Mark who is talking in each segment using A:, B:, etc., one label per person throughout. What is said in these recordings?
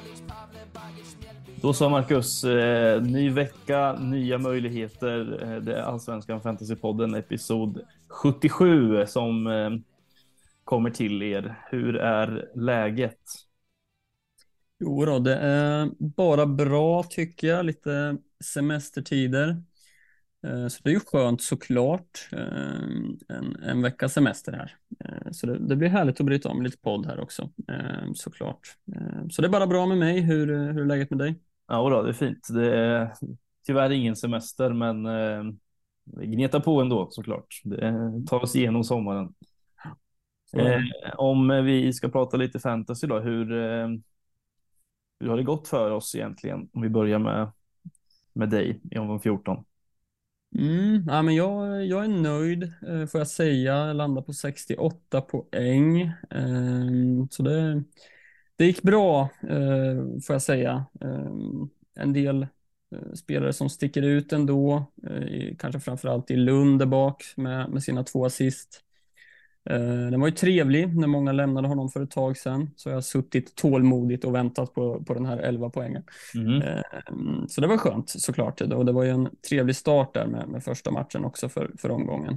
A: Då sa Marcus, ny vecka, nya möjligheter. Det är Allsvenskan Fantasypodden episod 77 som kommer till er. Hur är läget?
B: Jo då, det är bara bra tycker jag. Lite semestertider. Så det är ju skönt såklart. En veckas semester här. Så det blir härligt att bryta om lite podd här också. Såklart. Så det är bara bra med mig. Hur är läget med dig?
A: Ja, då, det är fint. Det är tyvärr ingen semester, men vi gnetar på ändå såklart. Det tar oss igenom sommaren.
B: Så är det.
A: Om vi ska prata lite fantasy då, hur har det gått för oss egentligen? Om vi börjar med dig i omgång 14.
B: Ja, men jag är nöjd får jag säga. Jag landar på 68 poäng. Så det gick bra får jag säga. En del spelare som sticker ut ändå. Kanske framförallt i Lund där bak med sina 2 assist. Den var ju trevlig när många lämnade honom för ett tag sedan. Så jag har suttit tålmodigt och väntat på den här 11 poängen.
A: Mhm.
B: Så det var skönt såklart. Och det var ju en trevlig start där med första matchen också för omgången.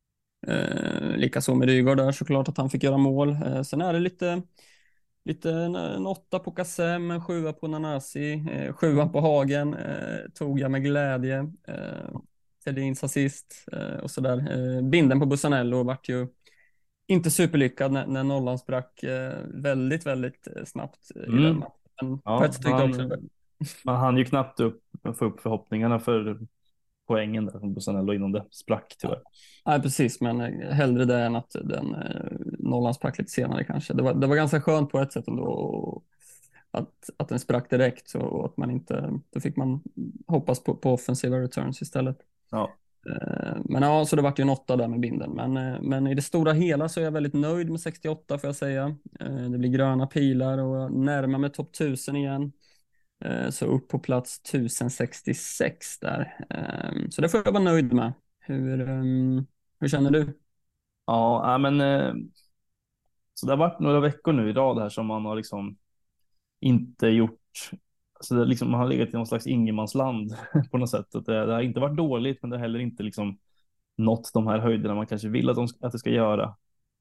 B: Likaså med Rygaard där såklart att han fick göra mål. Sen är det lite en 8 på Kassem, en 7 på Nanasi, 7 på Hagen tog jag med glädje. Tedins assist och sådär. Binden på Bussanello vart ju inte superlyckad när nollan sprack väldigt, väldigt snabbt i den
A: Mm.
B: matchen. Men på ett
A: Ja,
B: sätt tyckte jag också
A: man hann ju knappt få upp förhoppningarna för poängen där från Bussanello innan det sprack tyvärr.
B: nej, precis, men hellre det än att den nollan sprack lite senare kanske. Det var ganska skönt på ett sätt ändå att den sprack direkt så att man inte, då fick man hoppas på offensiva returns istället.
A: Ja.
B: Men ja, så det vart ju en 8 där med binden. Men i det stora hela så är jag väldigt nöjd med 68 får jag säga. Det blir gröna pilar och jag närmar mig topp 1000 igen. Så upp på plats 1066 där. Så det får jag vara nöjd med. Hur känner du?
A: Ja, men så det har varit några veckor nu i rad här som man har liksom inte gjort, så det liksom, man har legat i någon slags ingenmansland på något sätt. Att det har inte varit dåligt, men det har heller inte liksom nått de här höjderna man kanske vill att det ska göra.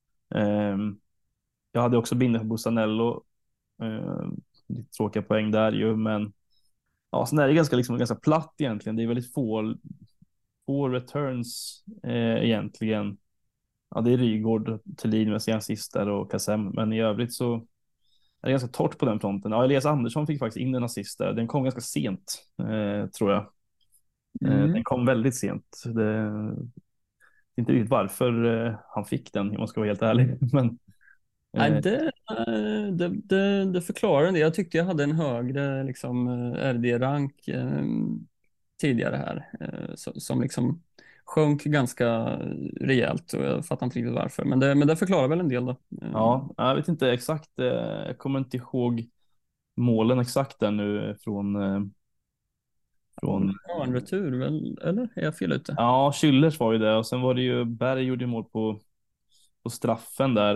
A: Jag hade också binden för Bussanello. Lite tråkiga poäng där ju, men ja, sen är det ganska platt egentligen. Det är väldigt få returns egentligen. Ja, det är Rygaard, Thelin med sin assist där och Kassem, men i övrigt så är det ganska torrt på den fronten. Ja, Elias Andersson fick faktiskt in en assist där. Den kom ganska sent, tror jag. Den
B: Mm.
A: kom väldigt sent. Det är inte riktigt varför han fick den, om man ska vara helt ärlig. Men
B: Nej,
A: eh,
B: det förklarar en del. Jag tyckte jag hade en högre liksom, RD-rank tidigare här som liksom sjönk ganska rejält och jag fattar inte riktigt varför. Men det förklarar väl en del då.
A: ja, jag vet inte exakt. Jag kommer inte ihåg målen exakt där nu från
B: Ja, en retur väl, eller är jag fel ute?
A: ja, Schüllers var ju det, och sen var det ju Berg gjorde mål på straffen där.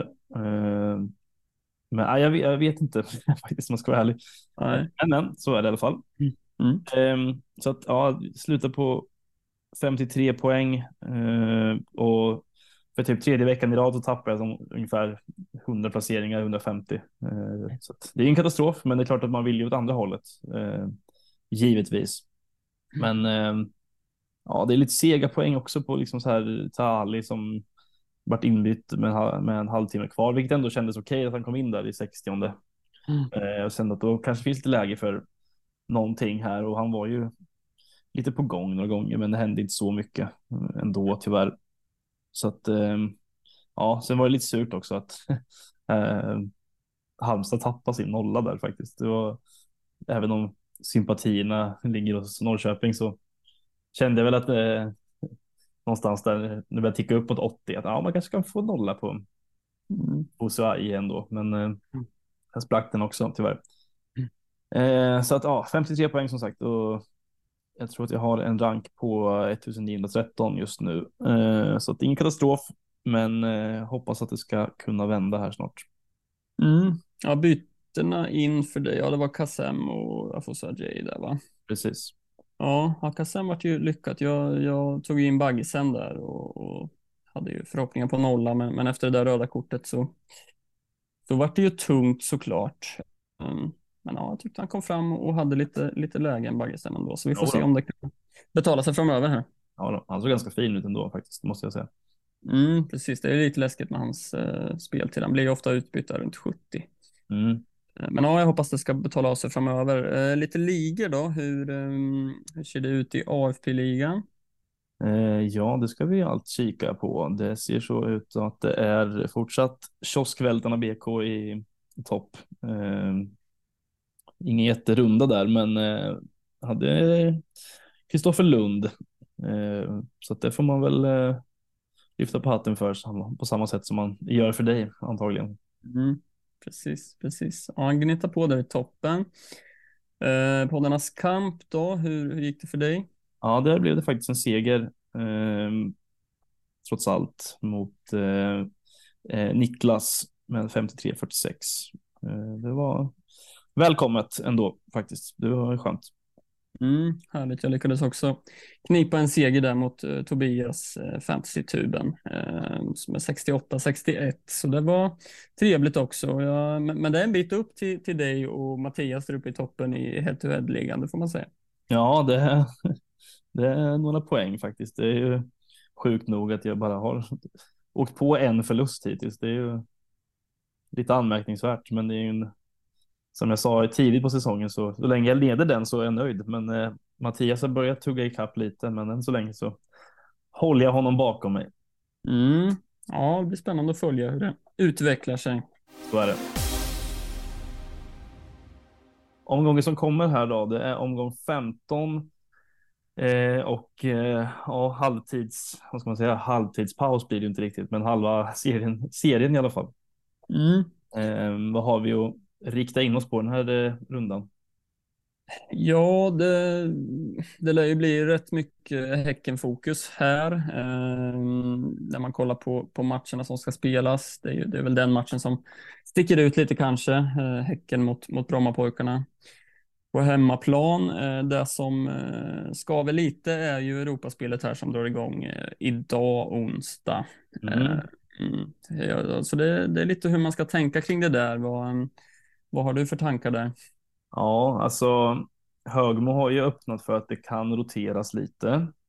A: Men jag vet inte faktiskt, om man ska vara ärlig.
B: Nej.
A: Men så är det i alla fall.
B: Mm.
A: Så att ja, sluta på 53 poäng och för typ tredje veckan i rad så tappar jag som ungefär 100 placeringar, 150. Så att det är en katastrof, men det är klart att man vill ju åt andra hållet. Givetvis. Men ja, det är lite sega poäng också på liksom så här Tali som vart inbytt med en halvtimme kvar, vilket ändå kändes okej att han kom in där i 60:e. Och sen att då kanske finns det läge för någonting här, och han var ju lite på gång några gånger, men det hände inte så mycket ändå tyvärr. Så att ja, sen var det lite surt också att Halmstad tappade sin nolla där faktiskt. Det var, även om sympatierna ligger hos Norrköping, så kände jag väl att någonstans där det började ticka upp mot 80, att ja, man kanske kan få nolla
B: Mm.
A: på Suai ändå, men här sprack den också tyvärr. Så att ja, 53 poäng som sagt, och jag tror att jag har en rank på 1913 just nu. Så att det är ingen katastrof, men hoppas att det ska kunna vända här snart.
B: Mm. Ja, bytena in för dig, ja det var Kassem och Afosa Ajay där va?
A: Precis.
B: Ja, Kassem vart ju lyckat. Jag tog in Baggesen där och hade ju förhoppningar på nolla, men efter det där röda kortet så vart det ju tungt såklart. Men ja, jag tyckte han kom fram och hade lite lägen Baggesen ändå, så vi får
A: Ja,
B: se
A: då.
B: om det kan betala sig framöver här.
A: Ja, då. Han såg ganska fin ut ändå faktiskt, måste jag säga.
B: Precis, det är lite läskigt med hans speltid. Han blir ju ofta utbytt där runt 70.
A: Mm.
B: Men ja, jag hoppas det ska betala av sig framöver. Lite ligor då, hur ser det ut i AFP-ligan?
A: Ja, det ska vi allt kika på. Det ser så ut att det är fortsatt kioskvältarna BK i topp. Ingen jätterunda där, men hade Kristoffer Lund. Så att det får man väl lyfta på hatten för på samma sätt som man gör för dig antagligen.
B: Mm, precis. Ja, han gnittar på där i toppen. Poddarnas kamp då, hur gick det för dig?
A: Ja, där blev det faktiskt en seger. Trots allt mot Niklas med 53-46. Det var välkommet ändå faktiskt. Det var skönt.
B: Härligt, jag lyckades också knipa en seger där mot Tobias Fantasy-tuben med 68-61, så det var trevligt också. Men det är en bit upp till dig och Mattias där uppe i toppen i head-to-head-ligan, det får man säga.
A: Ja, det är några poäng faktiskt. Det är ju sjukt nog att jag bara har åkt på en förlust hittills. Det är ju lite anmärkningsvärt, men det är ju som jag sa tidigt på säsongen, så länge jag leder den så är jag nöjd. Men Mattias har börjat tugga ikapp lite, men än så länge så håller jag honom bakom mig.
B: Ja, det blir spännande att följa hur det utvecklar sig.
A: Så är det. Omgången som kommer här då, det är omgång 15 ja, vad ska man säga, halvtidspaus blir det inte riktigt, men halva serien i alla fall. Vad har vi att rikta in oss på den här rundan?
B: Ja, det lär ju bli rätt mycket Häcken-fokus här. När man kollar på matcherna som ska spelas. Det är väl den matchen som sticker ut lite kanske. Häcken mot Brommapojkarna på hemmaplan. Det som skaver lite är ju Europaspelet här som drar igång idag onsdag. Ja, så det är lite hur man ska tänka kring det där. Vad har du för tankar där?
A: Ja, alltså Högmo har ju öppnat för att det kan roteras lite.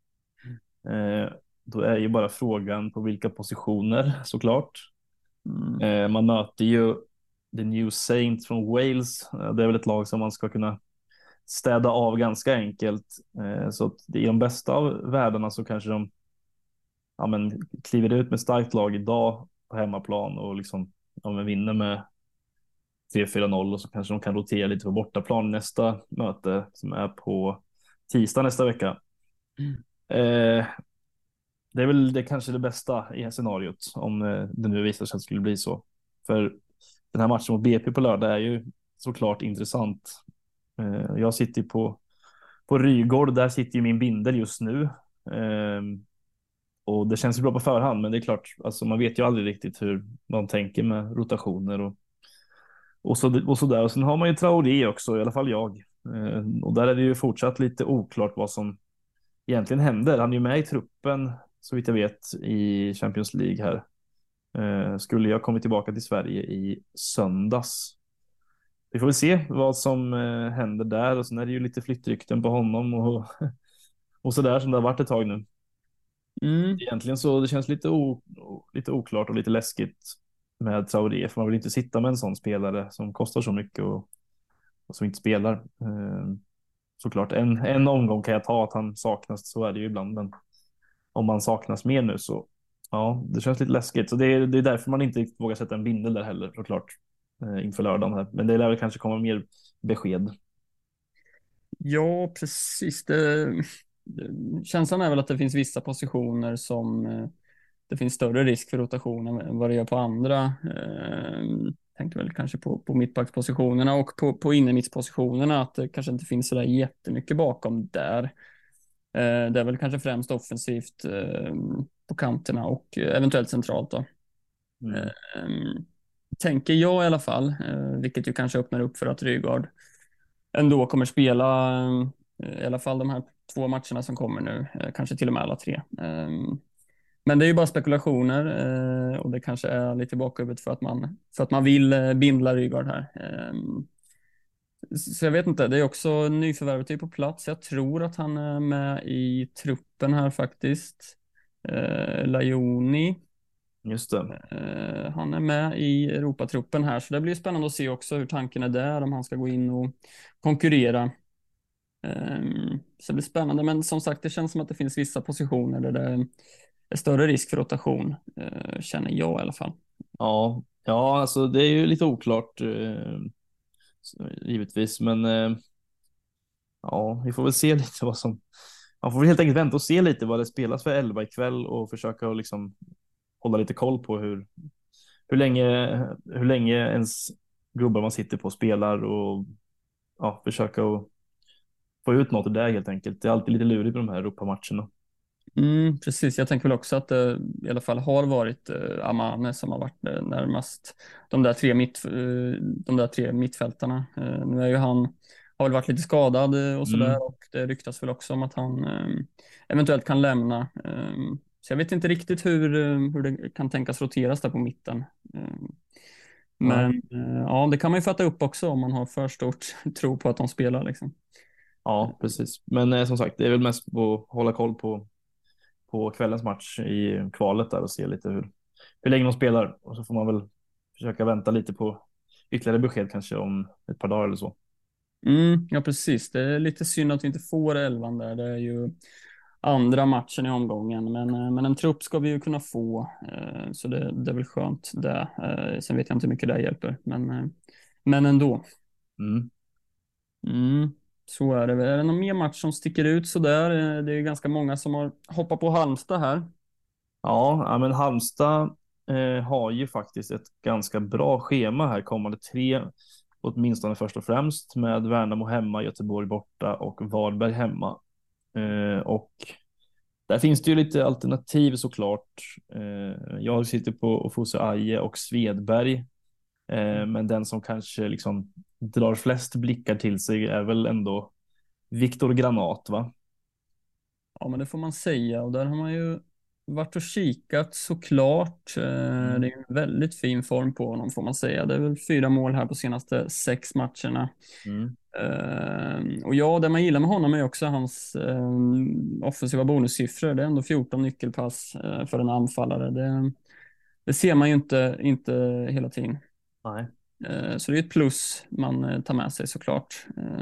A: Då är ju bara frågan på vilka positioner såklart. Man möter ju The New Saints från Wales. Det är väl ett lag som man ska kunna städa av ganska enkelt. Så att i de bästa av världarna så kanske de kliver ut med starkt lag idag på hemmaplan och liksom vinner med 3-4-0, och så kanske de kan rotera lite på bortaplan nästa möte som är på tisdag nästa vecka. Det är väl det kanske det bästa i scenariot om det nu visar sig att det skulle bli så. För den här matchen mot BP på lördag är ju såklart intressant. Jag sitter på Rygård, där sitter ju min bindel just nu. Och det känns ju bra på förhand, men det är klart, alltså man vet ju aldrig riktigt hur man tänker med rotationer och så där. Och sen har man ju Traoré också, i alla fall jag. Och där är det ju fortsatt lite oklart vad som egentligen händer. Han är ju med i truppen, så vitt jag vet, i Champions League här. Skulle jag kommit tillbaka till Sverige i söndags. Vi får väl se vad som händer där. Och sen är det ju lite flyttrykten på honom och så där som det har varit ett tag nu. Egentligen så det känns lite oklart och lite läskigt med Traoré, för man vill inte sitta med en sån spelare som kostar så mycket och som inte spelar. Såklart en omgång kan jag ta att han saknas, så är det ju ibland, men om man saknas mer nu så ja, det känns lite läskigt. Så det är därför man inte vågar sätta en bindel där heller, såklart, inför lördagen här. Men det lär väl kanske komma mer besked.
B: Ja, precis. Känslan är väl att det finns vissa positioner som det finns större risk för rotation än vad det gör på andra. Tänkte väl kanske på mittbackspositionerna och på innermittspositionerna, att det kanske inte finns så där jättemycket bakom där. Det är väl kanske främst offensivt på kanterna och eventuellt centralt då. tänker jag i alla fall, vilket ju kanske öppnar upp för att Rygaard ändå kommer spela i alla fall de här 2 matcherna som kommer nu, kanske till och med alla 3. Men det är ju bara spekulationer och det kanske är lite i bakhuvudet för att man vill bindla Rygaard här. Så jag vet inte, det är också nyförvärvet är på plats. Jag tror att han är med i truppen här faktiskt. Lajoni.
A: Just det.
B: Han är med i Europatruppen här, så det blir spännande att se också hur tanken är där, om han ska gå in och konkurrera. Så det blir spännande, men som sagt, det känns som att det finns vissa positioner där det är större risk för rotation, känner jag i alla fall.
A: Ja, ja, alltså det är ju lite oklart givetvis, men ja, vi får väl se lite vad som. Man får väl helt enkelt vänta och se lite vad det spelas för 11 ikväll och försöka att liksom hålla lite koll på hur länge ens gubbar man sitter på spelar och ja, försöka att få ut något av det helt enkelt. Det är alltid lite lurigt med de här Europamatcherna.
B: Precis, jag tänker väl också att det i alla fall har varit Amane som har varit närmast de där tre mittfältarna. Nu är ju han, har väl varit lite skadad och
A: Mm.
B: sådär, och det ryktas väl också om att han eventuellt kan lämna. Så jag vet inte riktigt hur det kan tänkas roteras där på mitten.
A: Nej.
B: Men ja, det kan man ju fatta upp också om man har för stort tro på att de spelar liksom.
A: Ja, precis. Men som sagt, det är väl mest att hålla koll på kvällens match i kvalet där och se lite hur länge de spelar. Och så får man väl försöka vänta lite på ytterligare besked kanske om ett par dagar eller så.
B: Ja, precis. Det är lite synd att vi inte får 11 där. Det är ju andra matchen i omgången, men en trupp ska vi ju kunna få, så det är väl skönt det. Sen vet jag inte hur mycket det hjälper, men ändå.
A: Mm.
B: Mm, så är det. Är det någon mer match som sticker ut så där? Det är ju ganska många som har hoppat på Halmstad här.
A: Ja, men Halmstad har ju faktiskt ett ganska bra schema här kommande 3, åtminstone först och främst med Värnamo hemma, Göteborg borta och Varberg hemma. Och där finns det ju lite alternativ såklart. Jag sitter på Ofosu Aje och Svedberg, men den som kanske liksom drar flest blickar till sig är väl ändå Viktor Granat, va?
B: Ja, men det får man säga, och där har man ju varit och kikat såklart. Det
A: Mm.
B: är en väldigt fin form på honom får man säga. Det är väl 4 mål här på senaste 6 matcherna.
A: Mm.
B: Och ja, det man gillar med honom är också hans offensiva bonussiffror. Det är ändå 14 nyckelpass för en anfallare. Det ser man ju inte hela tiden.
A: Nej.
B: Så det är ett plus man tar med sig såklart.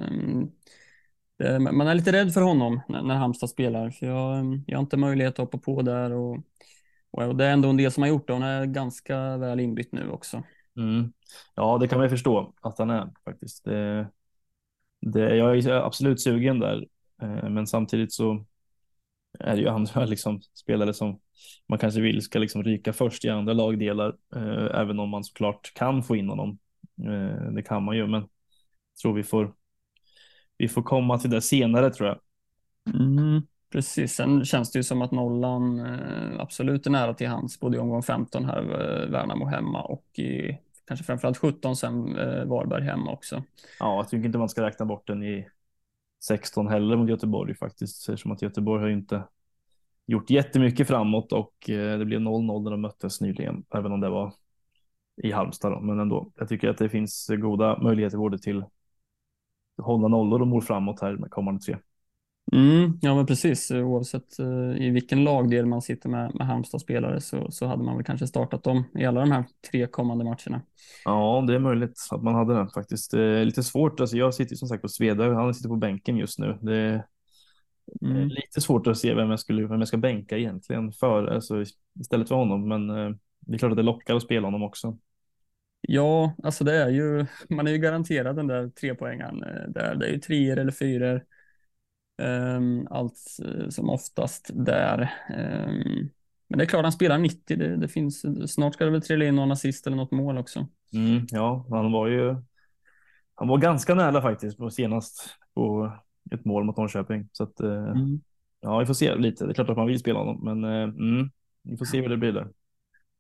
B: Man är lite rädd för honom när Halmstad spelar, för jag har inte möjlighet att hoppa på där, och det är ändå en del som har gjort det. Hon är ganska väl inbytt nu också.
A: Mm. Ja, det kan man ju förstå att han är faktiskt. Jag är absolut sugen där, men samtidigt så är det ju andra liksom spelare som man kanske vill ska liksom ryka först i andra lagdelar, även om man såklart kan få in honom. Det kan man ju, men jag tror vi får komma till det senare tror jag.
B: Precis, sen känns det ju som att nollan absolut är nära till hands, både i omgång 15 här, Värnamo hemma, och i kanske framförallt 17 sen Varberg hemma också.
A: Ja, jag tycker inte man ska räkna bort den i 16 heller mot Göteborg faktiskt, eftersom att Göteborg har ju inte gjort jättemycket framåt och det blev 0-0 när de möttes nyligen, även om det var i Halmstad då. Men ändå, jag tycker att det finns goda möjligheter både till att hålla nollor och mål framåt här med kommande 3.
B: Ja, men precis. Oavsett i vilken lagdel man sitter med Halmstad-spelare, så hade man väl kanske startat dem i alla de här 3 kommande matcherna.
A: Ja, det är möjligt att man hade den faktiskt. Det är lite svårt. Alltså, jag sitter som sagt på Sveda, han sitter på bänken just nu. Det är
B: Mm.
A: lite svårt att se vem jag ska bänka egentligen alltså, istället för honom. Men det är klart att det lockar att spela honom också.
B: Ja, alltså det är ju, man är ju garanterad den där 3-poängaren där. Det är ju 3 eller 4, allt som oftast där. Men det är klart, han spelar 90. Det finns, snart ska det väl trilla in någon assist eller något mål också.
A: Ja, han var ganska nära faktiskt på senast på ett mål mot Norrköping. Så att,
B: Mm.
A: ja, vi får se lite. Det är klart att man vill spela honom, men vi får se hur det blir där.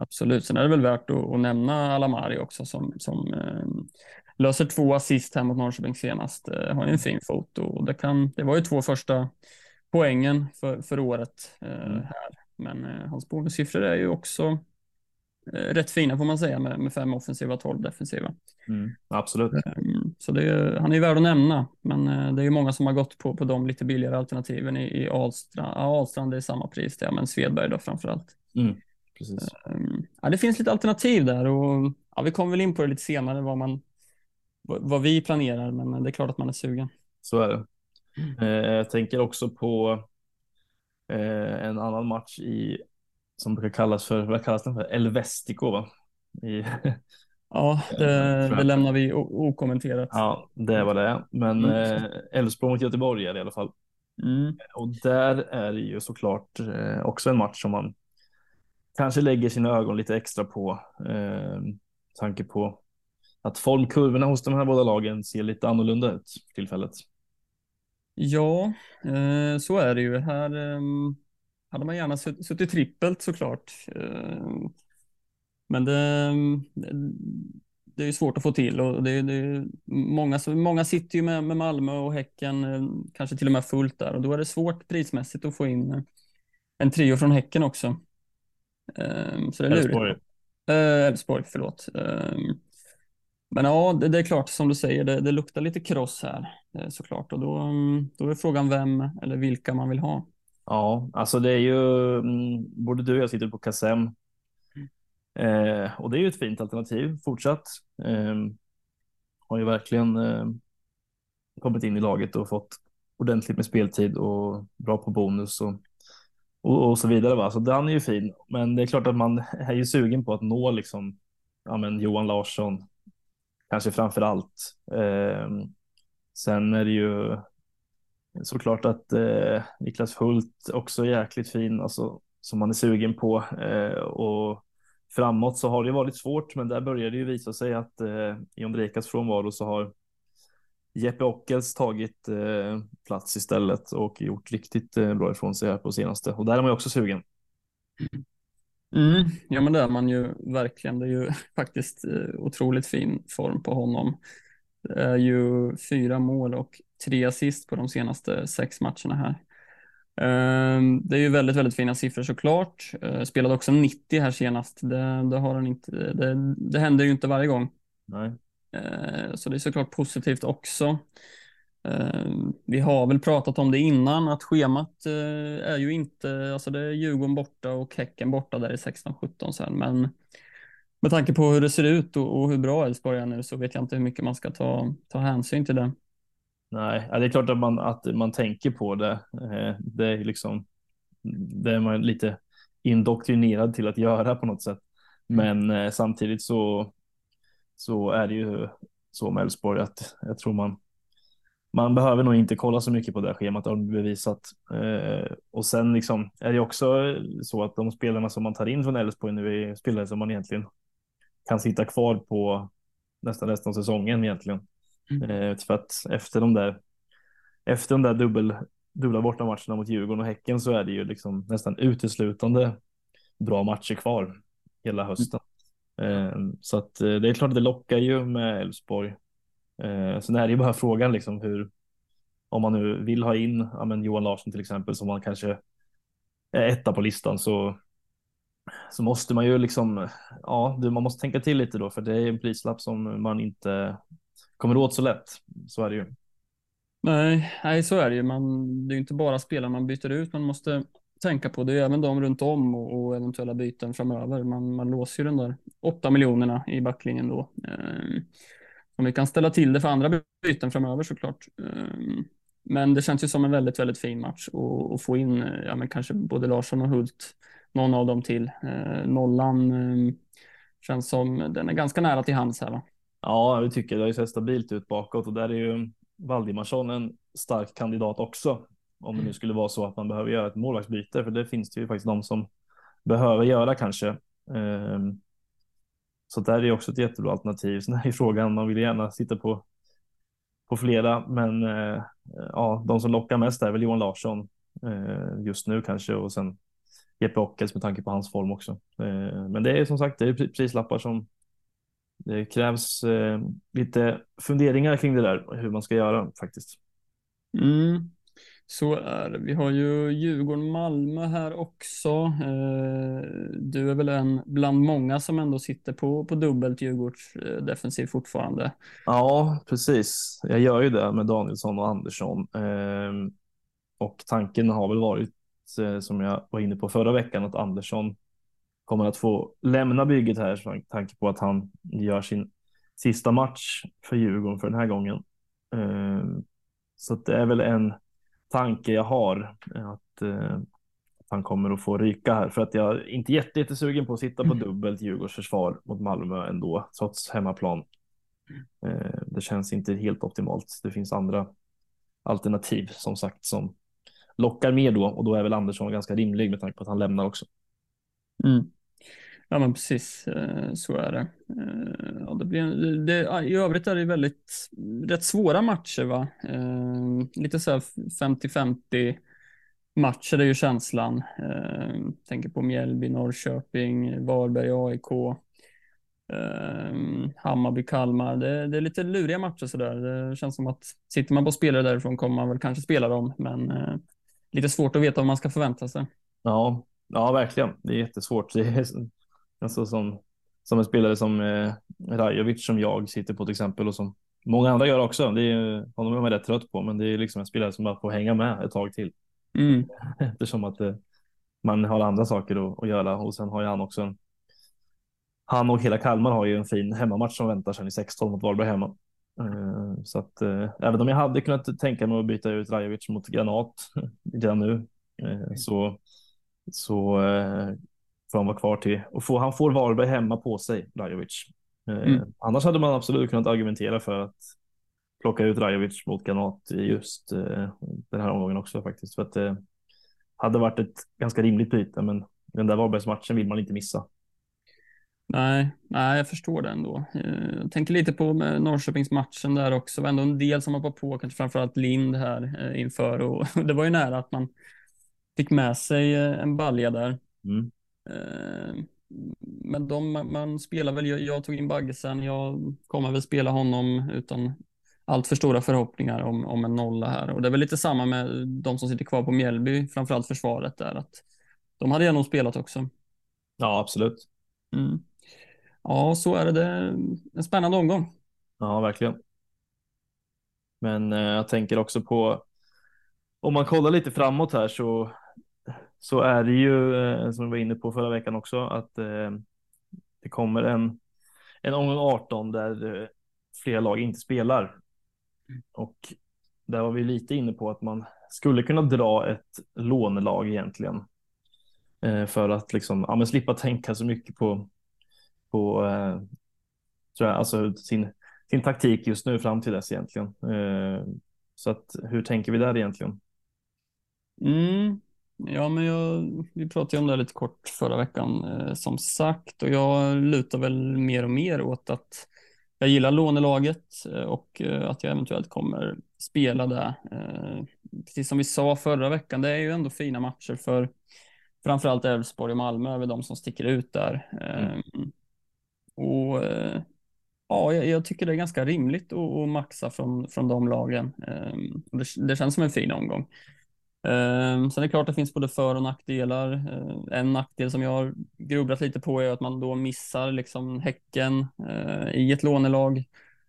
B: Absolut. Sen är det väl värt att nämna Alamari också som löser 2 assist här mot Norrköping senast. Har ju en fin fot och det var ju 2 första poängen för året
A: Mm.
B: här. Men hans bonussiffror är ju också rätt fina får man säga med 5 offensiva, 12 defensiva.
A: Absolut.
B: Så han är ju värd att nämna, men det är ju många som har gått på de lite billigare alternativen i Ahlstrand. Ja, Ahlstrand är samma pris där, men Svedberg då framförallt.
A: Precis.
B: Ja, det finns lite alternativ där och ja, vi kommer väl in på det lite senare vad vi planerar, men det är klart att man är sugen.
A: Så är det. Jag tänker också på en annan match som brukar kallas för, vad kallas den för? El Vestico, va? I,
B: Ja, det lämnar vi okommenterat.
A: ja, det var det. Men
B: Mm.
A: Elfsborg mot Göteborg är det i alla fall.
B: Mm.
A: Och där är det ju såklart också en match som man kanske lägger sina ögon lite extra på. Tanke på att formkurvorna hos de här båda lagen ser lite annorlunda ut för tillfället.
B: Ja, så är det ju. Här hade man gärna suttit trippelt såklart. Men det är ju svårt att få till och många sitter ju med Malmö och Häcken, kanske till och med fullt där och då är det svårt prismässigt att få in en trio från Häcken också. Så det är lurigt.
A: Elfsborg.
B: Elfsborg, förlåt. Men ja, det är klart som du säger, det luktar lite kross här såklart och då är frågan vem eller vilka man vill ha.
A: Ja, alltså det är ju både du och jag sitter på Kassem. Och det är ju ett fint alternativ fortsatt. Har ju verkligen kommit in i laget och fått ordentligt med speltid och bra på bonus och så vidare. Va? Så den är ju fin. Men det är klart att man är ju sugen på att nå liksom, ja, men Johan Larsson, kanske framför allt. Sen är det ju såklart att Niklas Hult också är jäkligt fin, alltså, som man är sugen på. Och framåt så har det varit svårt, men där börjar det ju visa sig att i Ondrejkas frånvaro så har Jeppe Ockels tagit plats istället och gjort riktigt bra ifrån sig här på senaste. Och där är man ju också sugen.
B: Ja, men det är man ju verkligen. Det är ju faktiskt otroligt fin form på honom. Det är ju 4 mål och 3 assist på de senaste 6 matcherna här. Det är ju väldigt, väldigt fina siffror såklart. Spelade också 90 här senast. Det har han inte. Det händer ju inte varje gång.
A: Nej.
B: Så det är såklart positivt också. Vi har väl pratat om det innan att schemat är ju inte, alltså det är Djurgården borta och Häcken borta där i 16-17 sen, men med tanke på hur det ser ut och hur bra Elfsborg är nu så vet jag inte hur mycket man ska ta hänsyn till det.
A: Nej, ja, det är klart att man tänker på det. Det är liksom, det är man lite indoktrinerad till att göra på något sätt. Men samtidigt så är det ju så med Elfsborg att jag tror man behöver nog inte kolla så mycket på det schemat, har bevisat. Och sen liksom är det också så att de spelarna som man tar in från Elfsborg nu är spelare som man egentligen kan sitta kvar på nästan resten av säsongen egentligen. För att efter de där dubbla bortamatcherna mot Djurgården och Häcken så är det ju liksom nästan uteslutande bra matcher kvar hela hösten. Så att det är klart att det lockar ju med Elfsborg. Sen är det ju bara frågan liksom om man nu vill ha in, ja, men Johan Larsson till exempel, som man kanske är etta på listan, så måste man ju liksom, ja, man måste tänka till lite då, för det är en prislapp som man inte kommer åt så lätt. Så är det ju.
B: Nej, så är det ju. Det är ju inte bara spelare man byter ut, man måste tänka på det är även de runt om och eventuella byten framöver. Man låser ju den där 8 miljonerna i backlinjen då. Om vi kan ställa till det för andra byten framöver såklart. Men det känns ju som en väldigt, väldigt fin match och få in, ja, men kanske både Larsson och Hult, någon av dem till. Nollan känns som den är ganska nära till hands här, va?
A: Ja, jag tycker det har ju sett stabilt ut bakåt, och där är ju Valdimarsson en stark kandidat också. Om det nu skulle vara så att man behöver göra ett målvaktsbyte, för det finns det ju faktiskt de som behöver göra kanske. Så där är det också ett jättebra alternativ. Sen är ju frågan, man vill gärna sitta på flera, men ja, de som lockar mest är väl Johan Larsson just nu kanske, och sen Jeppe Ockels med tanke på hans form också. Men det är som sagt, det är prislappar som det krävs lite funderingar kring det där, hur man ska göra faktiskt.
B: Mm. Så är det. Vi har ju Djurgården-Malmö här också. Du är väl en bland många som ändå sitter på dubbelt Djurgårds defensiv fortfarande.
A: Ja, precis. Jag gör ju det med Danielsson och Andersson. Och tanken har väl varit, som jag var inne på förra veckan, att Andersson kommer att få lämna bygget här, så med tanke på att han gör sin sista match för Djurgården för den här gången. Så att det är väl en tanke jag har, att han kommer att få ryka här, för att jag är inte jättesugen på att sitta på dubbelt Djurgårdsförsvar mot Malmö ändå, trots hemmaplan. Det känns inte helt optimalt. Det finns andra alternativ som sagt som lockar mer då, och då är väl Andersson ganska rimlig med tanke på att han lämnar också.
B: Mm. Ja, men precis, så är det. Ja, i övrigt är det väldigt rätt svåra matcher, va? Lite så här 50-50 matcher är ju känslan. Tänker på Mjällby, Norrköping, Varberg, AIK, Hammarby, Kalmar. Det är lite luriga matcher så där. Det känns som att sitter man på spelare därifrån kommer man väl kanske spela dem, men lite svårt att veta vad man ska förvänta sig.
A: Ja, verkligen. Det är jättesvårt. Det är alltså som en spelare som Rajovic, som jag sitter på till exempel, och som många andra gör också. Det är honom är man rätt trött på, men det är liksom en spelare som bara får hänga med ett tag till.
B: Mm.
A: Eftersom att man har andra saker att göra, och sen har ju han också han och hela Kalmar har ju en fin hemmamatch som väntar sen i 16 mot Varberg hemma. Så att även om jag hade kunnat tänka mig att byta ut Rajovic mot Granat redan nu, så får han vara kvar till, och han får Varberg hemma på sig, Rajovic. Annars hade man absolut kunnat argumentera för att plocka ut Rajovic mot Granat i just den här omgången också faktiskt, för att det hade varit ett ganska rimligt byte, men den där Varbergsmatchen vill man inte missa.
B: Nej, jag förstår det ändå. Jag tänker lite på med Norrköpingsmatchen där också. Det var ändå en del som var på, kanske framförallt Lind här inför. Och det var ju nära att man fick med sig en balja där. Men man spelar väl, jag tog in Baggesen, jag kommer väl spela honom utan allt för stora förhoppningar om en nolla här. Och det är väl lite samma med de som sitter kvar på Mjällby, framförallt försvaret där. Att de hade jag nog spelat också.
A: Ja, absolut.
B: Ja, så är det. Det är en spännande omgång.
A: Ja, verkligen. Men jag tänker också på, om man kollar lite framåt här, så är det ju, som vi var inne på förra veckan också, att det kommer en omgång 18 där flera lag inte spelar. Och där var vi lite inne på att man skulle kunna dra ett lånelag egentligen. För att liksom, slippa tänka så mycket på tror jag, alltså sin taktik just nu fram till dess egentligen. Så att, hur tänker vi där egentligen?
B: Ja, men vi pratade ju om det lite kort förra veckan, som sagt, och jag lutar väl mer och mer åt att jag gillar lånelaget och att jag eventuellt kommer spela det. Precis som vi sa förra veckan, det är ju ändå fina matcher för framförallt Elfsborg och Malmö, är väl de som sticker ut där. Och ja, jag tycker det är ganska rimligt att maxa från de lagen. Det känns som en fin omgång. Sen är det klart att det finns både för- och nackdelar. En nackdel som jag har grubblat lite på är att man då missar liksom Häcken i ett lånelag.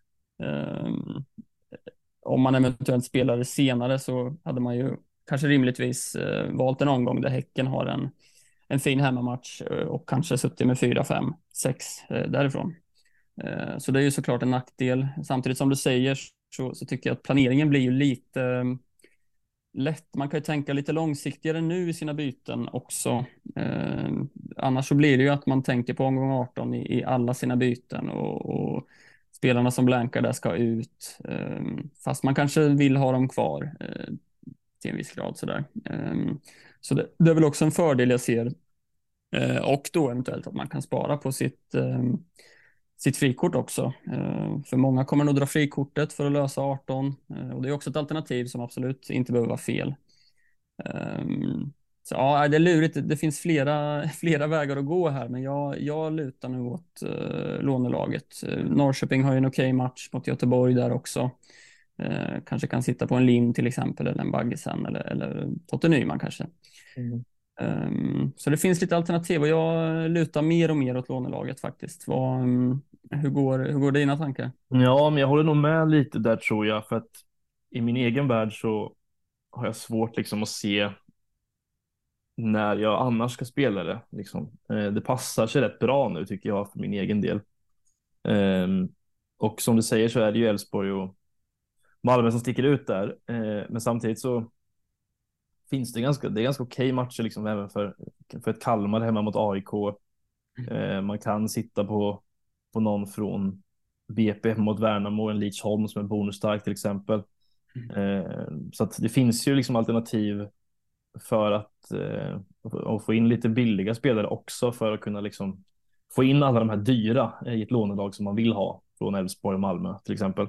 B: Om man eventuellt spelar senare så hade man ju kanske rimligtvis valt en omgång där Häcken har en fin hemmamatch och kanske suttit med 4, 5, 6 därifrån. Så det är ju såklart en nackdel. Samtidigt som du säger så tycker jag att planeringen blir ju lite lätt. Man kan ju tänka lite långsiktigare nu i sina byten också. Annars så blir det ju att man tänker på omgång 18 i alla sina byten och spelarna som blankar där ska ut. Fast man kanske vill ha dem kvar till en viss grad sådär. Så det är väl också en fördel jag ser. Och då eventuellt att man kan spara på sitt frikort också. För många kommer nog dra frikortet för att lösa 18. Och det är också ett alternativ som absolut inte behöver vara fel. Så, ja, det är lurigt. Det finns flera vägar att gå här, men jag lutar nu åt lånelaget. Norrköping har ju en okej match mot Göteborg där också. Kanske kan sitta på en Lind till exempel, eller en Baggesen, eller Totte Nyman kanske.
A: Mm.
B: Så det finns lite alternativ och jag lutar mer och mer åt lånelaget faktiskt. Hur går dina tankar?
A: Ja, men jag håller nog med lite där tror jag, för att i min egen värld så har jag svårt liksom att se när jag annars ska spela det. Liksom. Det passar sig rätt bra nu tycker jag för min egen del. Och som du säger så är det ju Elfsborg och Malmö som sticker ut där. Men samtidigt så finns det är ganska okej matcher liksom även för ett Kalmar hemma mot AIK. Man kan sitta på någon från BP mot Värnamo, en Lidsholm som är bonusstark till exempel. Så att det finns ju liksom alternativ för att få in lite billiga spelare också för att kunna liksom få in alla de här dyra i ett lånelag som man vill ha från Elfsborg och Malmö till exempel.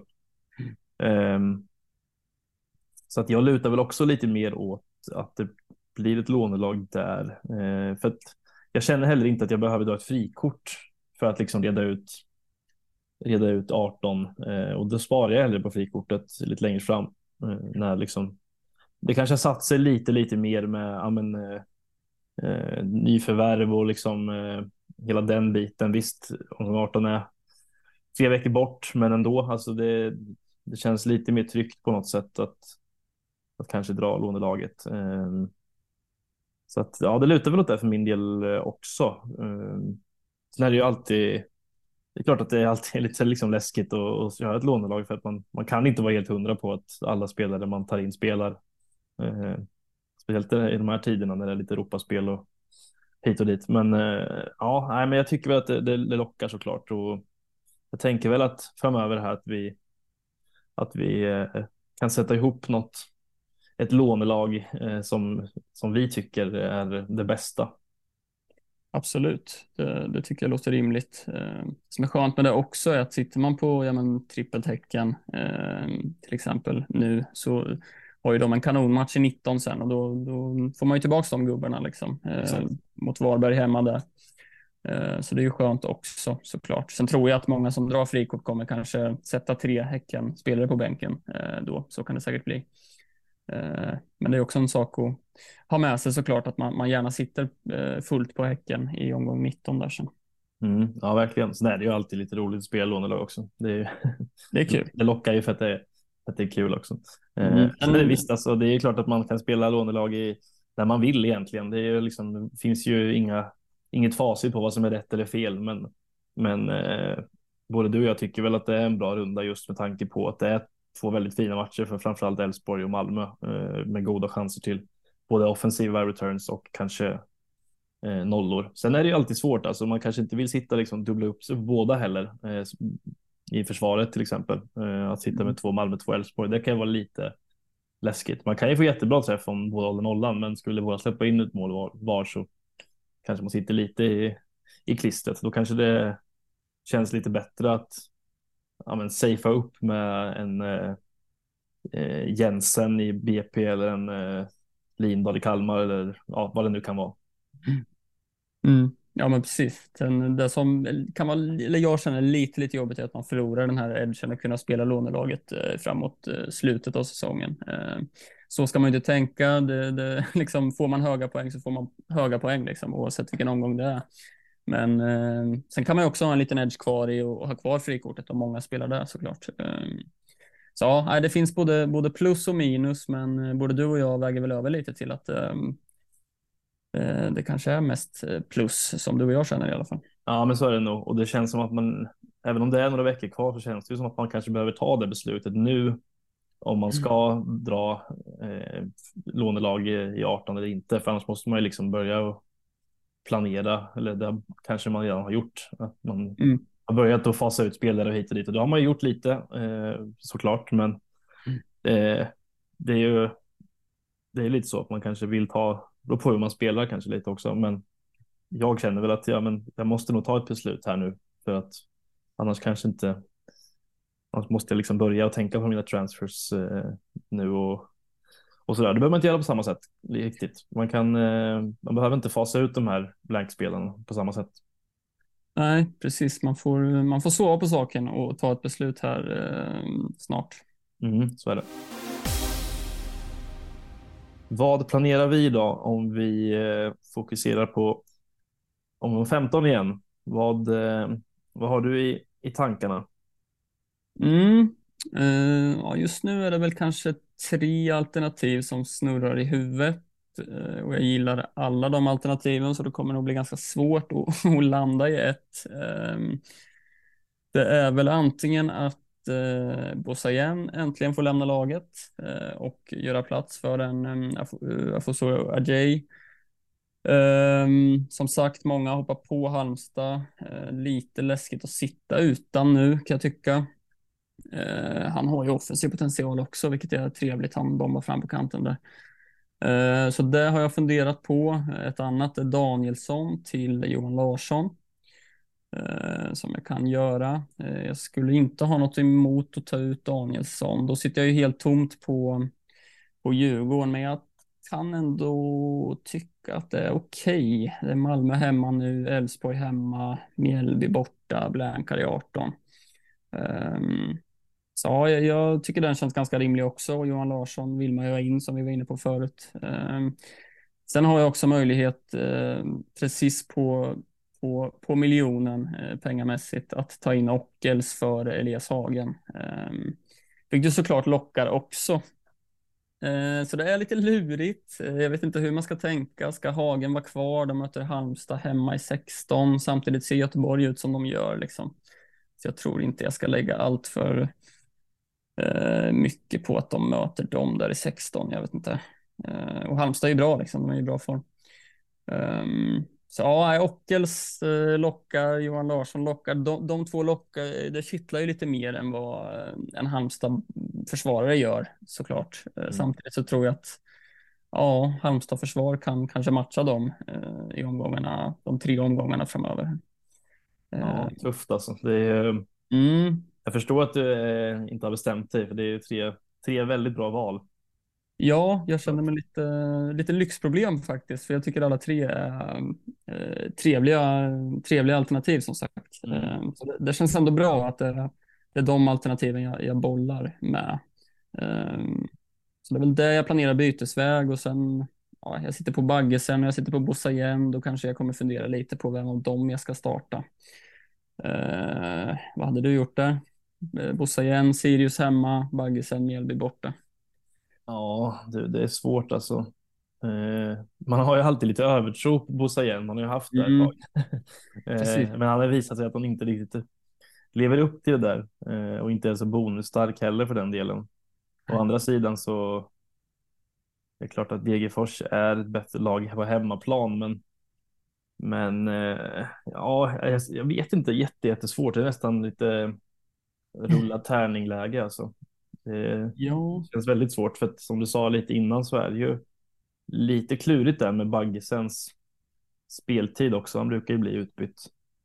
A: Så att jag lutar väl också lite mer åt att det blir ett lånelag där. För att jag känner heller inte att jag behöver dra ett frikort för att liksom reda ut 18 och då sparar jag hellre på frikortet lite längre fram när liksom det kanske har satt sig lite mer med nyförvärv och liksom hela den biten. Visst, om 18 är 3 veckor bort, men ändå alltså det känns lite mer tryggt på något sätt att kanske dra lånelaget. Så att ja, det lutar väl åt det för min del också. Sen är det ju alltid. Det är klart att det alltid är lite liksom läskigt att göra ett lånelag för att man kan inte vara helt hundra på att alla spelare man tar in spelar. Speciellt i de här tiderna när det är lite Europaspel och hit och dit. Men ja, nej, men jag tycker väl att det lockar såklart. Och jag tänker väl att framöver här att vi kan sätta ihop ett lånelag som vi tycker är det bästa.
B: Absolut, det tycker jag låter rimligt. Som är skönt med det också är att sitter man på trippeltecken till exempel nu så har ju de en kanonmatch i 19 sen och då får man ju tillbaka de gubbarna liksom, mot Varberg hemma där. Så det är ju skönt också såklart. Sen tror jag att många som drar frikort kommer kanske sätta 3 Häcken-spelare på bänken då. Så kan det säkert bli. Men det är också en sak att ha med sig såklart att man gärna sitter fullt på Häcken i omgång 19 där sen.
A: Ja, verkligen. Så det är ju alltid lite roligt spel lånelag också.
B: Det är kul.
A: Det lockar ju för att det är kul också. Sen är det visst, alltså, det är klart att man kan spela lånelag där man vill egentligen. Det finns ju inget facit på vad som är rätt eller fel, men både du och jag tycker väl att det är en bra runda just med tanke på att det är 2 väldigt fina matcher för framförallt Elfsborg och Malmö med goda chanser till både offensiva returns och kanske nollor. Sen är det ju alltid svårt, alltså man kanske inte vill sitta liksom dubbla upp sig båda heller i försvaret till exempel. Att sitta med 2 Malmö, 2 Elfsborg, det kan ju vara lite läskigt. Man kan ju få jättebra träff om båda håller nollan, men skulle båda släppa in ett mål var så kanske man sitter lite i klistret. Då kanske det känns lite bättre att safea upp med en Jensen i BP eller en Lindahl i Kalmar eller ja, vad det nu kan vara.
B: Ja, men precis. Det som kan vara, eller jag känner lite jobbigt är att man förlorar den här edgen att kunna spela lånelaget framåt slutet av säsongen. Så ska man ju inte tänka. Liksom, får man höga poäng så får man höga poäng liksom, oavsett vilken omgång det är. Men sen kan man ju också ha en liten edge kvar i och ha kvar frikortet om många spelar där såklart. Så ja, det finns både plus och minus, men både du och jag väger väl över lite till att det kanske är mest plus som du och jag känner i alla fall.
A: Ja, men så är det nog. Och det känns som att även om det är några veckor kvar så känns det ju som att man kanske behöver ta det beslutet nu om man ska dra lånelag i 18 eller inte. För annars måste man ju liksom börja och planera, eller det kanske man redan har gjort. Att man har börjat att fasa ut spelare hit och dit. Och det har man ju gjort lite såklart, men det är lite så att man kanske vill då på hur man spelar kanske lite också, men jag känner väl att jag måste nog ta ett beslut här nu för att annars måste jag liksom börja och tänka på mina transfers nu och och sådär. Det behöver man inte göra på samma sätt riktigt. Man behöver inte fasa ut de här blankspelarna på samma sätt.
B: Nej, precis. Man får sova på saken och ta ett beslut här snart.
A: Så är det. Vad planerar vi då om vi fokuserar på omgång 15 igen? Vad har du i tankarna?
B: Mm. Ja, just nu är det väl kanske 3 alternativ som snurrar i huvudet. Och jag gillar alla de alternativen, så det kommer nog bli ganska svårt att landa i ett. Det är väl antingen att Bosayen äntligen får lämna laget och göra plats för en Afoso Ajay. Som sagt, många hoppar på Halmstad. Lite läskigt att sitta utan nu, kan jag tycka. Han har ju offensiv potential också, vilket är trevligt. Han bombar fram på kanten där. Så det har jag funderat på. Ett annat är Danielsson till Johan Larsson. Som jag kan göra. Jag skulle inte ha något emot att ta ut Danielsson. Då sitter jag ju helt tomt på Djurgården, men jag kan ändå tycka att det är okej. Det är Malmö hemma nu, Elfsborg hemma, Mjällby borta, Blankar i 18. Så ja, jag tycker den känns ganska rimlig också. Och Johan Larsson vill man ju ha in, som vi var inne på förut. Sen har jag också möjlighet precis på miljonen pengamässigt att ta in Ockels för Elias Hagen. Vilket såklart lockar också. Så det är lite lurigt. Jag vet inte hur man ska tänka. Ska Hagen vara kvar? De möter Halmstad hemma i 16. Samtidigt ser Göteborg ut som de gör. Liksom. Så jag tror inte jag ska lägga allt för mycket på att de möter dem där i 16. Jag vet inte. Och Halmstad är ju bra. Liksom. De är i bra form. Så ja, Ockels lockar, Johan Larsson lockar. De två lockar, det kittlar ju lite mer än vad en Halmstad försvarare gör, såklart. Samtidigt så tror jag att ja, Halmstad försvar kan kanske matcha dem i omgångarna, de 3 omgångarna framöver.
A: Ja, tufft alltså. Jag förstår att du inte har bestämt dig, för det är tre väldigt bra val.
B: Ja, jag känner mig lite lyxproblem faktiskt, för jag tycker alla 3 är trevliga alternativ som sagt. Så det känns ändå bra att det är de alternativen jag bollar med. Så det är väl det jag planerar bytesväg, och sen ja, jag sitter på Baggesen och jag sitter på Bosayen. Då kanske jag kommer fundera lite på vem av dem jag ska starta. Vad hade du gjort där? Bosayen, Sirius hemma, Baggesen, Mjällby borta.
A: Ja, det är svårt alltså. Man har ju alltid lite övertro på Bosayen. Man har ju haft det ett tag.
B: Precis.
A: Men han har visat sig att han inte riktigt lever upp till det där. Och inte är så bonusstark heller för den delen. Å andra sidan så är det klart att Degerfors är ett bättre lag på hemmaplan. Men ja, jag vet inte. Jättesvårt. Det är nästan lite rulla tärningläge alltså. Det
B: Ja.
A: känns väldigt svårt, för att som du sa lite innan så är det ju lite klurigt där med Baggesens speltid också. Han brukar ju bli utbytt.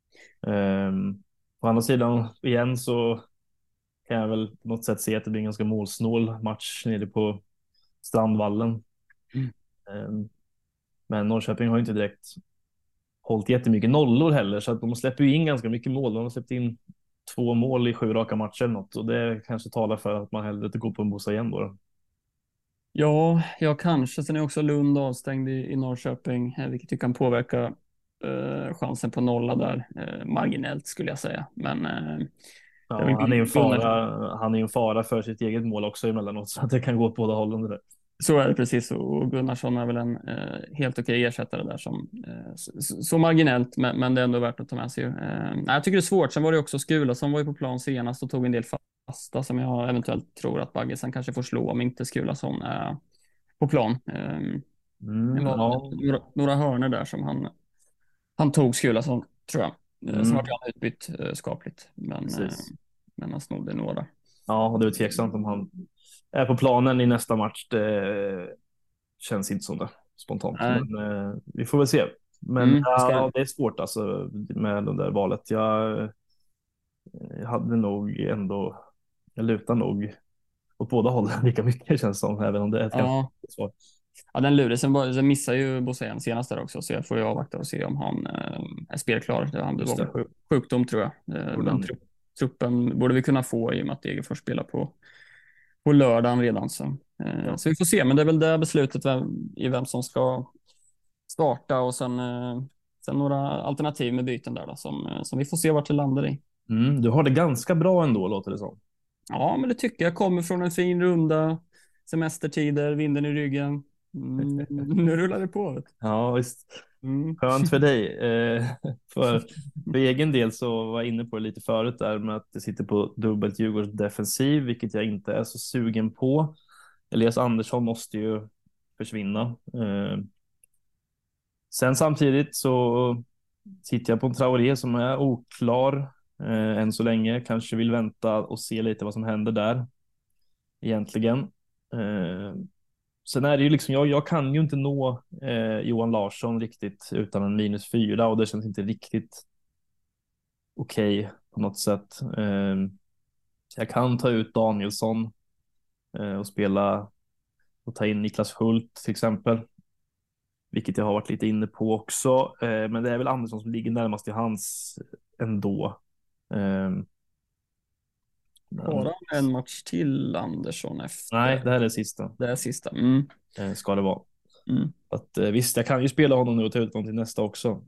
A: På andra sidan igen så kan jag väl på något sätt se att det blir en ganska målsnål match nere på Strandvallen. Men Norrköping har ju inte direkt hållit jättemycket nollor heller, så att de släpper ju in ganska mycket mål. De har släppt in 2 mål i 7 raka matcher eller något, och det kanske talar för att man hellre går på en Bosa igen då.
B: Ja, kanske. Sen är också Lund avstängd i Norrköping, vilket ju kan påverka chansen på nolla där marginellt, skulle jag säga. Men
A: Ja, han är ju en fara för sitt eget mål också emellanåt, så att det kan gå åt båda hållen det där.
B: Så är det precis, och Gunnarsson är väl en helt okej ersättare där som så marginellt, men det är ändå värt att ta med sig. Jag tycker det är svårt. Sen var det också Skula som var ju på plan senast och tog en del fasta som jag eventuellt tror att Baggesen kanske får slå om inte Skulason är på plan. Det var
A: Ja.
B: några hörnor där som han tog Skulason, tror jag. Sen var han utbytt skapligt, men han snodde några.
A: Ja, och det är tveksamt om han är på planen i nästa match. Det känns inte som det spontant.
B: Nej.
A: Men vi får väl se. Men ja, det är svårt alltså med det där valet. Jag hade nog ändå, jag lutar nog åt båda hållen lika mycket känns som, även om det är ett ganska
B: Ja,
A: svar.
B: ja den lurig. Sen missar ju Bosén senast där också, så jag får ju avvakta och se om han är spelklar. Det
A: Just
B: var väl
A: det.
B: sjukdom tror jag.
A: Gjorde
B: Men
A: han.
B: truppen borde vi kunna få i och med att Degerfors spelar på lördagen redan.
A: Ja.
B: Så vi får se, men det är väl det beslutet i vem som ska starta och sen några alternativ med byten där då, som vi får se vart det landar i.
A: Du har det ganska bra ändå, låter det som.
B: Ja, men det tycker jag. Kommer från en fin runda, semestertider, vinden i ryggen. Nu rullar det på. Vet
A: Ja, visst.
B: du. Mm.
A: Skönt för dig. För egen del så var jag inne på det lite förut där med att det sitter på dubbelt Djurgårds defensiv, vilket jag inte är så sugen på. Elias Andersson måste ju försvinna. Sen samtidigt så sitter jag på en Traoré som är oklar än så länge. Kanske vill vänta och se lite vad som händer där egentligen. Sen är det ju liksom, jag kan ju inte nå Johan Larsson riktigt utan en -4 och det känns inte riktigt okej på något sätt. Jag kan ta ut Danielsson och spela och ta in Niklas Hult till exempel, vilket jag har varit lite inne på också. Men det är väl Andersson som ligger närmast i hans ändå.
B: Har
A: Men,
B: han en match till, Andersson, efter
A: nej, det här är sista.
B: det sista?
A: Ska det vara.
B: Mm.
A: Att, visst, jag kan ju spela honom nu och ta ut honom till nästa också.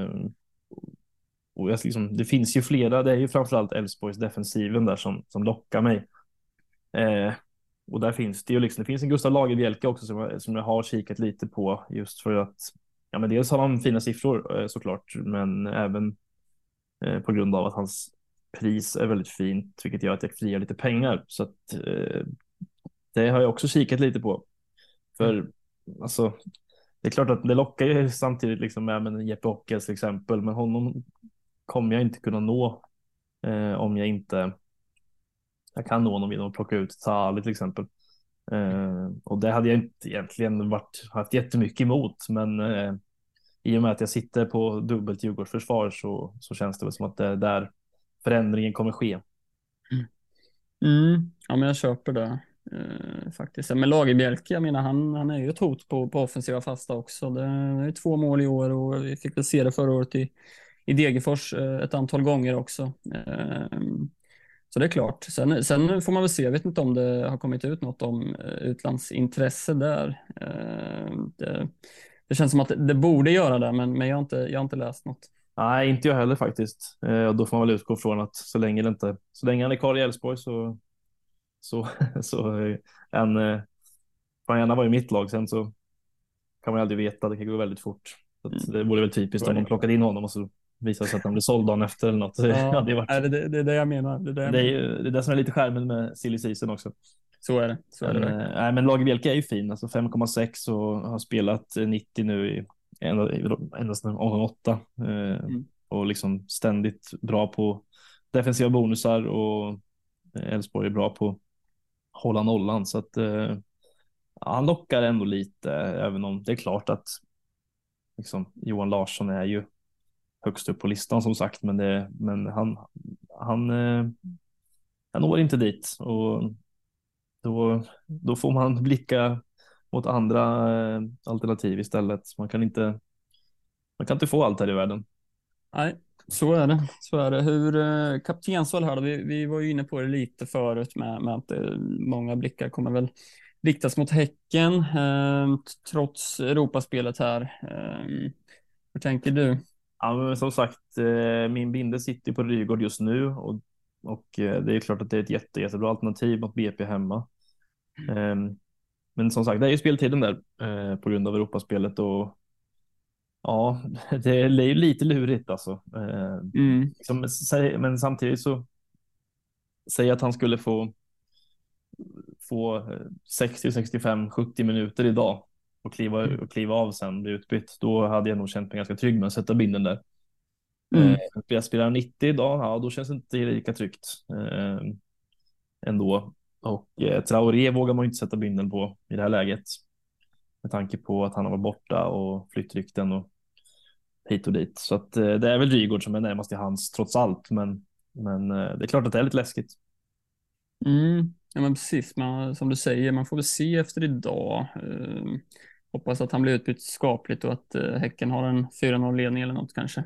A: Och liksom, det finns ju flera, det är ju framförallt Elfsborgs defensiven där som lockar mig. Och där finns det ju liksom, det finns en Gustav Lagerbielke också som jag har kikat lite på just för att, ja men dels har han fina siffror såklart, men även på grund av att hans pris är väldigt fint, vilket gör att jag friar lite pengar. Så att det har jag också kikat lite på. För alltså, det är klart att det lockar ju samtidigt liksom med Jeppe Ockels till exempel, men honom kommer jag inte kunna nå om jag kan nå honom genom att plocka ut Tali till exempel. Och det hade jag inte egentligen haft jättemycket emot, men i och med att jag sitter på dubbelt Djurgårdsförsvar så känns det väl som att det är där förändringen kommer ske.
B: Ja, men jag köper det faktiskt. Men Lagerbielke, jag menar, han är ju ett hot på offensiva fasta också. Det är 2 mål i år och vi fick väl se det förra året i Degerfors ett antal gånger också. Så det är klart. Sen får man väl se, jag vet inte om det har kommit ut något om utlandsintresse där. Det känns som att det borde göra det, men jag har inte läst något.
A: Nej, inte jag heller faktiskt. Och då får man väl utgå från att så länge han är kvar i Elfsborg så en får han gärna vara i mitt lag. Sen så kan man aldrig veta, det kan gå väldigt fort. Så att det vore väl typiskt om man plockade in honom och så visar sig att han blir såld dagen efter eller något.
B: Ja,
A: Det varit...
B: det är det jag menar.
A: Det är det som är lite skärmen med silly season också.
B: Så är det.
A: Nej, men Lagerbielke är ju fin, alltså 5,6 och har spelat 90 nu i endast omgång 8. Och liksom ständigt bra på defensiva bonusar och Elfsborg är bra på att hålla nollan, så att han lockar ändå lite, även om det är klart att liksom, Johan Larsson är ju högst upp på listan som sagt, men han når inte dit och då får man blicka mot andra alternativ istället. Man kan inte få allt här i världen.
B: Nej, så är det. Så är det. Hur kaptensval här då? Vi var ju inne på det lite förut med att många blickar kommer väl riktas mot Häcken trots Europaspelet här. Hur tänker du?
A: Ja, men som sagt, min binde sitter på Rygård just nu och det är klart att det är ett jättebra alternativ mot BP hemma. Men som sagt, det är ju speltiden där på grund av Europaspelet och ja, det är ju lite lurigt alltså. Men samtidigt så säger att han skulle få 60, 65, 70 minuter idag och kliva av sen, bli utbytt. Då hade jag nog känt mig ganska trygg med att sätta binden där. Jag spelar 90 idag, ja, då känns det inte lika tryggt ändå. Och Traoré vågar man ju inte sätta binden på i det här läget med tanke på att han har varit borta och flyttrykten och hit och dit. Så att det är väl Rygård som är närmast i hans trots allt, men det är klart att det är lite läskigt.
B: Ja, men precis, som du säger, man får väl se efter idag. Hoppas att han blir utbytt skapligt och att Häcken har en 4-0-ledning eller något kanske.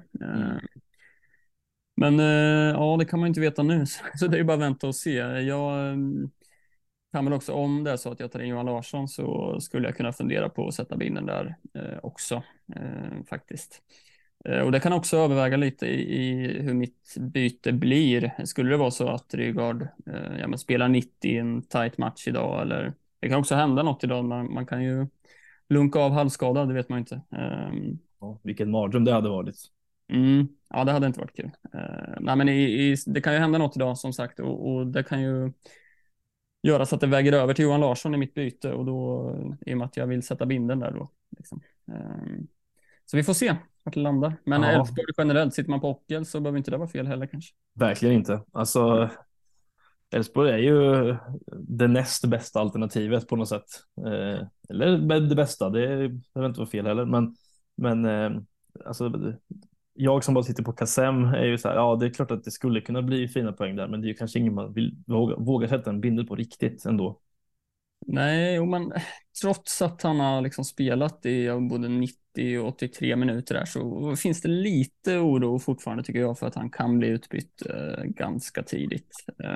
B: Men ja, det kan man inte veta nu, så det är ju bara att vänta och se. Jag kan väl också, om det är så att jag tar in Johan Larsson, så skulle jag kunna fundera på att sätta binden där också faktiskt. Och det kan också överväga lite i hur mitt byte blir. Skulle det vara så att Rygaard spelar 90 i en tight match idag, eller det kan också hända något idag. Man kan ju lunka av halvskadad, det vet man inte.
A: Ja, vilken mardröm det hade varit.
B: Ja, det hade inte varit kul. Nej, men det kan ju hända något idag som sagt, och det kan ju göra så att det väger över till Johan Larsson i mitt byte, och då i och med att jag vill sätta binden där då. Liksom. Så vi får se vart det landar. Men Elfsborg generellt, sitter man på Ockel så behöver inte det vara fel heller kanske.
A: Verkligen inte. Alltså, Elfsborg är ju det näst bästa alternativet på något sätt. Eller det bästa, det behöver inte vara fel heller. Men alltså, jag som bara sitter på Kassem är ju så här, ja, det är klart att det skulle kunna bli fina poäng där, men det är ju kanske ingen man vill våga sätta en bindel på riktigt ändå.
B: Nej, och trots att han har liksom spelat i både 90 och 83 minuter där, så finns det lite oro fortfarande tycker jag för att han kan bli utbytt ganska tidigt.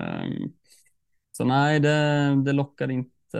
B: Så nej, det lockar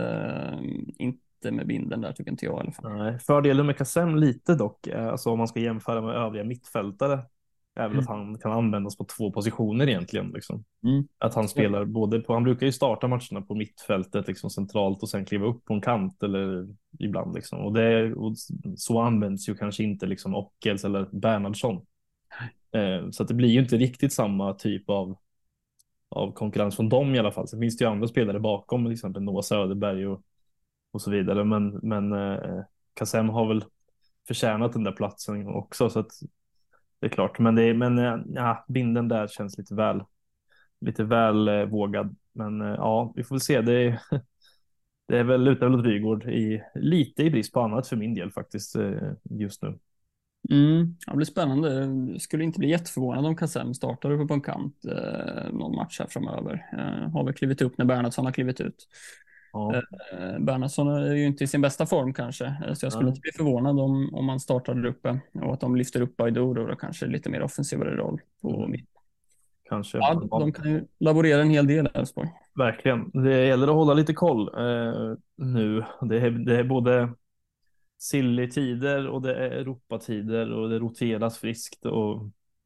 B: inte med binden där, tycker inte jag i alla fall.
A: Nej, fördelen med Kassem lite dock, alltså om man ska jämföra med övriga mittfältare, är väl att han kan användas på 2 positioner egentligen. Liksom. Att han spelar han brukar ju starta matcherna på mittfältet liksom centralt och sen kliva upp på en kant eller ibland liksom. Och så används ju kanske inte liksom Ockels eller Bernhardsson. Så att det blir ju inte riktigt samma typ av konkurrens från dem i alla fall. Så finns det ju andra spelare bakom, till exempel Noah Söderberg och så vidare. Men Kassem har väl förtjänat den där platsen också, så att det är klart. Men binden där känns lite väl vågad. Men ja, vi får väl se. Det är väl lutar väl åt Rygaard lite i brist på annat för min del faktiskt just nu.
B: Det blir spännande. Skulle inte bli jätteförvånad om Kassem startar uppe på en kant någon match här framöver. Har väl klivit upp när Bernhardsson har klivit ut. Ja. Bernhardsson är ju inte i sin bästa form kanske, så jag skulle inte bli förvånad om man startar där uppe och att de lyfter upp Baidoo och kanske lite mer offensivare roll på mitt.
A: Kanske.
B: Ja, de kan ju laborera en hel del i Elfsborg.
A: Verkligen. Det gäller att hålla lite koll nu. Det är både silly-tider och det är Europatider och det roteras friskt och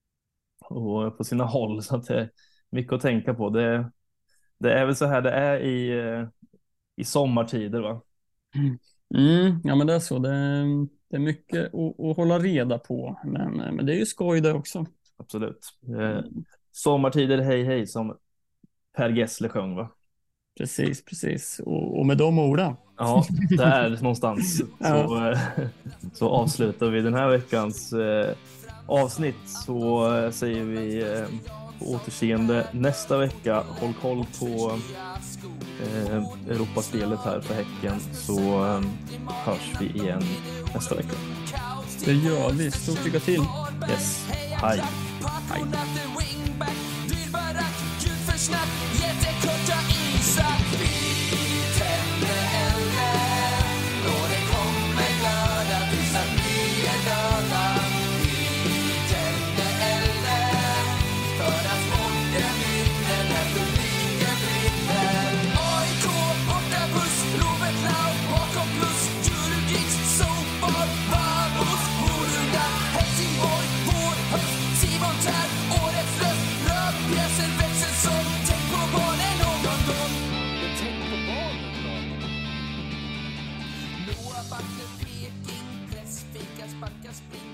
A: på sina håll, så att det är mycket att tänka på. Det är väl så här det är i sommartider, va?
B: Ja, men det är så. Det är mycket att hålla reda på, men det är ju skoj det också.
A: Absolut. Sommartider, hej hej, som Per Gessle sjöng, va?
B: Precis. Och med de orden.
A: Ja, där någonstans så avslutar vi den här veckans avsnitt. Så säger vi på återseende nästa vecka. Håll koll på Europaspelet här för Häcken, så hörs vi igen nästa vecka.
B: Det gör vi. Stort lycka till.
A: Yes. Hej.
C: Peking, press, fika, sparka, spring.